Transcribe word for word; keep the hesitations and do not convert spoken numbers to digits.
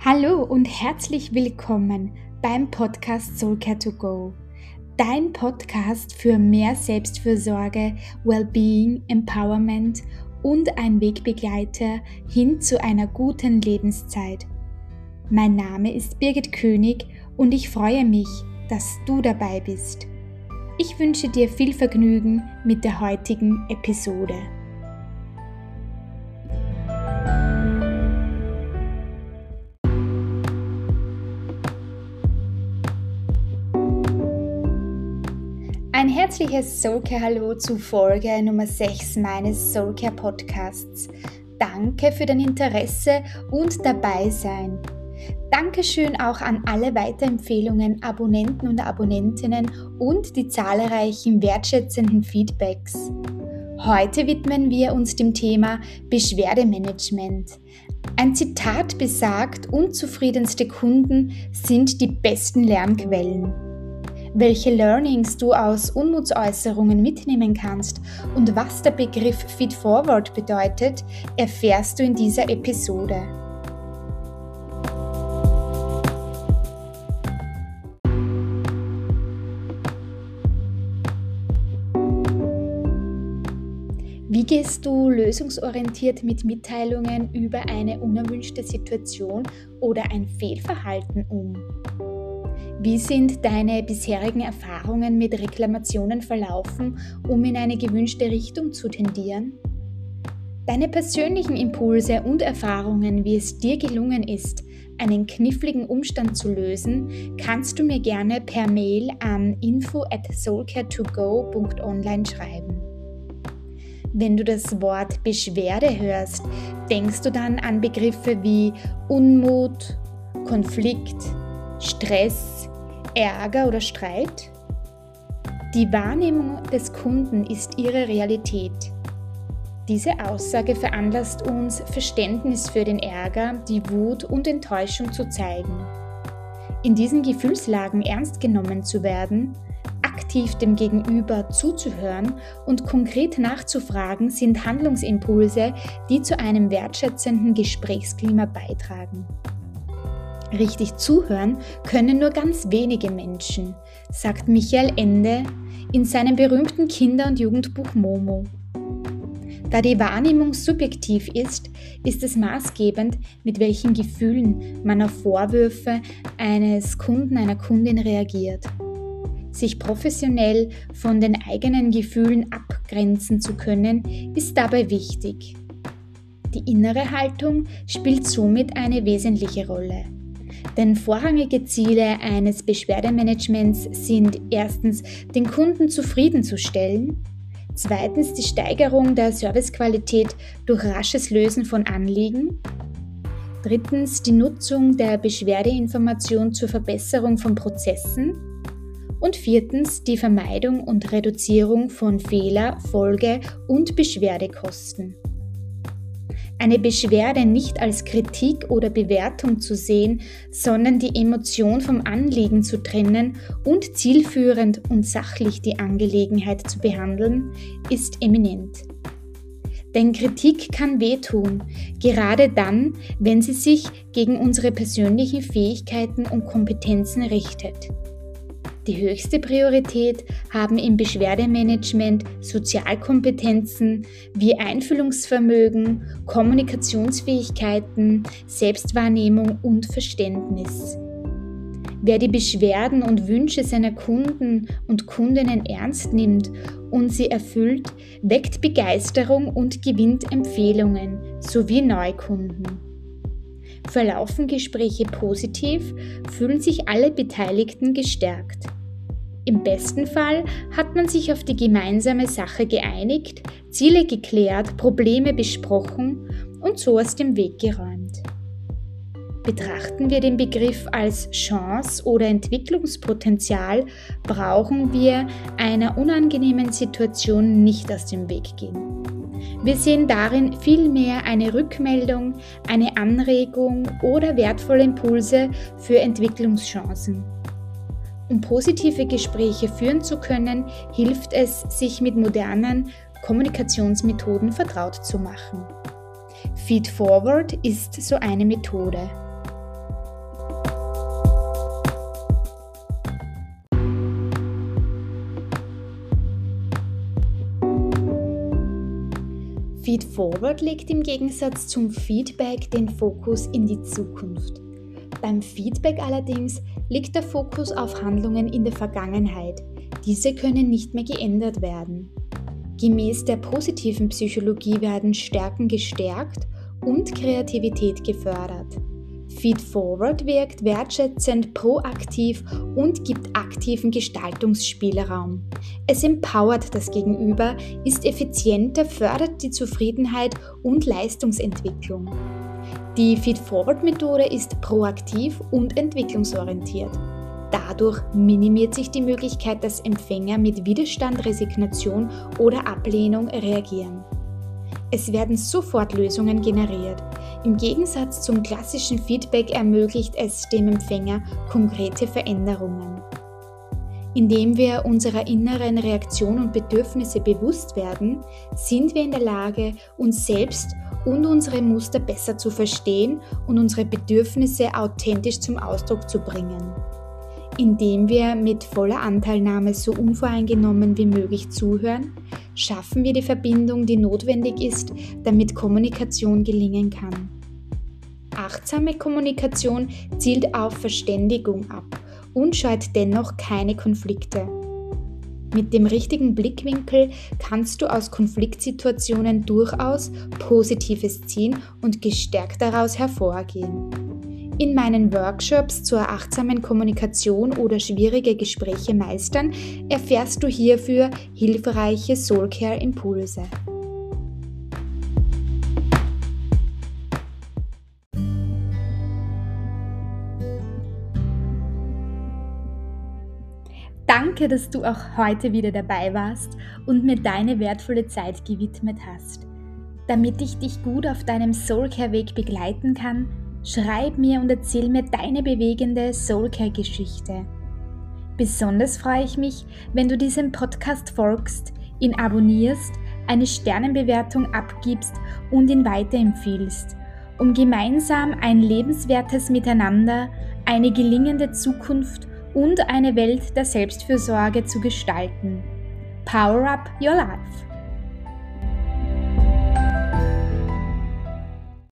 Hallo und herzlich willkommen beim Podcast Soulcare to Go, dein Podcast für mehr Selbstfürsorge, Wellbeing, Empowerment und ein Wegbegleiter hin zu einer guten Lebenszeit. Mein Name ist Birgit König und ich freue mich, dass du dabei bist. Ich wünsche dir viel Vergnügen mit der heutigen Episode. Ein herzliches Soulcare-Hallo zu Folge Nummer sechs meines Soulcare-Podcasts. Danke für dein Interesse und Dabeisein. Dankeschön auch an alle Weiterempfehlungen, Abonnenten und Abonnentinnen und die zahlreichen wertschätzenden Feedbacks. Heute widmen wir uns dem Thema Beschwerdemanagement. Ein Zitat besagt, unzufriedenste Kunden sind die besten Lernquellen. Welche Learnings du aus Unmutsäußerungen mitnehmen kannst und was der Begriff Feedforward bedeutet, erfährst du in dieser Episode. Wie gehst du lösungsorientiert mit Mitteilungen über eine unerwünschte Situation oder ein Fehlverhalten um? Wie sind deine bisherigen Erfahrungen mit Reklamationen verlaufen, um in eine gewünschte Richtung zu tendieren? Deine persönlichen Impulse und Erfahrungen, wie es dir gelungen ist, einen kniffligen Umstand zu lösen, kannst du mir gerne per Mail an info at soulcare to go punkt online schreiben. Wenn du das Wort Beschwerde hörst, denkst du dann an Begriffe wie Unmut, Konflikt, Stress, Ärger oder Streit? Die Wahrnehmung des Kunden ist ihre Realität. Diese Aussage veranlasst uns, Verständnis für den Ärger, die Wut und Enttäuschung zu zeigen. In diesen Gefühlslagen ernst genommen zu werden, aktiv dem Gegenüber zuzuhören und konkret nachzufragen, sind Handlungsimpulse, die zu einem wertschätzenden Gesprächsklima beitragen. Richtig zuhören können nur ganz wenige Menschen, sagt Michael Ende in seinem berühmten Kinder- und Jugendbuch Momo. Da die Wahrnehmung subjektiv ist, ist es maßgebend, mit welchen Gefühlen man auf Vorwürfe eines Kunden, einer Kundin reagiert. Sich professionell von den eigenen Gefühlen abgrenzen zu können, ist dabei wichtig. Die innere Haltung spielt somit eine wesentliche Rolle. Denn vorrangige Ziele eines Beschwerdemanagements sind erstens, den Kunden zufriedenzustellen, zweitens die Steigerung der Servicequalität durch rasches Lösen von Anliegen, drittens die Nutzung der Beschwerdeinformation zur Verbesserung von Prozessen und viertens die Vermeidung und Reduzierung von Fehler-, Folge- und Beschwerdekosten. Eine Beschwerde nicht als Kritik oder Bewertung zu sehen, sondern die Emotion vom Anliegen zu trennen und zielführend und sachlich die Angelegenheit zu behandeln, ist eminent. Denn Kritik kann wehtun, gerade dann, wenn sie sich gegen unsere persönlichen Fähigkeiten und Kompetenzen richtet. Die höchste Priorität haben im Beschwerdemanagement Sozialkompetenzen wie Einfühlungsvermögen, Kommunikationsfähigkeiten, Selbstwahrnehmung und Verständnis. Wer die Beschwerden und Wünsche seiner Kunden und Kundinnen ernst nimmt und sie erfüllt, weckt Begeisterung und gewinnt Empfehlungen sowie Neukunden. Verlaufen Gespräche positiv, fühlen sich alle Beteiligten gestärkt. Im besten Fall hat man sich auf die gemeinsame Sache geeinigt, Ziele geklärt, Probleme besprochen und so aus dem Weg geräumt. Betrachten wir den Begriff als Chance oder Entwicklungspotenzial, brauchen wir einer unangenehmen Situation nicht aus dem Weg gehen. Wir sehen darin vielmehr eine Rückmeldung, eine Anregung oder wertvolle Impulse für Entwicklungschancen. Um positive Gespräche führen zu können, hilft es, sich mit modernen Kommunikationsmethoden vertraut zu machen. Feedforward ist so eine Methode. Feedforward legt im Gegensatz zum Feedback den Fokus in die Zukunft. Beim Feedback allerdings liegt der Fokus auf Handlungen in der Vergangenheit. Diese können nicht mehr geändert werden. Gemäß der positiven Psychologie werden Stärken gestärkt und Kreativität gefördert. Feedforward wirkt wertschätzend, proaktiv und gibt aktiven Gestaltungsspielraum. Es empowert das Gegenüber, ist effizienter, fördert die Zufriedenheit und Leistungsentwicklung. Die Feedforward-Methode ist proaktiv und entwicklungsorientiert. Dadurch minimiert sich die Möglichkeit, dass Empfänger mit Widerstand, Resignation oder Ablehnung reagieren. Es werden sofort Lösungen generiert. Im Gegensatz zum klassischen Feedback ermöglicht es dem Empfänger konkrete Veränderungen. Indem wir unserer inneren Reaktion und Bedürfnisse bewusst werden, sind wir in der Lage, uns selbst und unsere Muster besser zu verstehen und unsere Bedürfnisse authentisch zum Ausdruck zu bringen. Indem wir mit voller Anteilnahme so unvoreingenommen wie möglich zuhören, schaffen wir die Verbindung, die notwendig ist, damit Kommunikation gelingen kann. Achtsame Kommunikation zielt auf Verständigung ab und scheut dennoch keine Konflikte. Mit dem richtigen Blickwinkel kannst du aus Konfliktsituationen durchaus Positives ziehen und gestärkt daraus hervorgehen. In meinen Workshops zur achtsamen Kommunikation oder schwierige Gespräche meistern erfährst du hierfür hilfreiche Soulcare-Impulse. Danke, dass du auch heute wieder dabei warst und mir deine wertvolle Zeit gewidmet hast. Damit ich dich gut auf deinem Soulcare-Weg begleiten kann, schreib mir und erzähl mir deine bewegende Soulcare-Geschichte. Besonders freue ich mich, wenn du diesem Podcast folgst, ihn abonnierst, eine Sternenbewertung abgibst und ihn weiterempfiehlst, um gemeinsam ein lebenswertes Miteinander, eine gelingende Zukunft und eine Welt der Selbstfürsorge zu gestalten. Power up your life!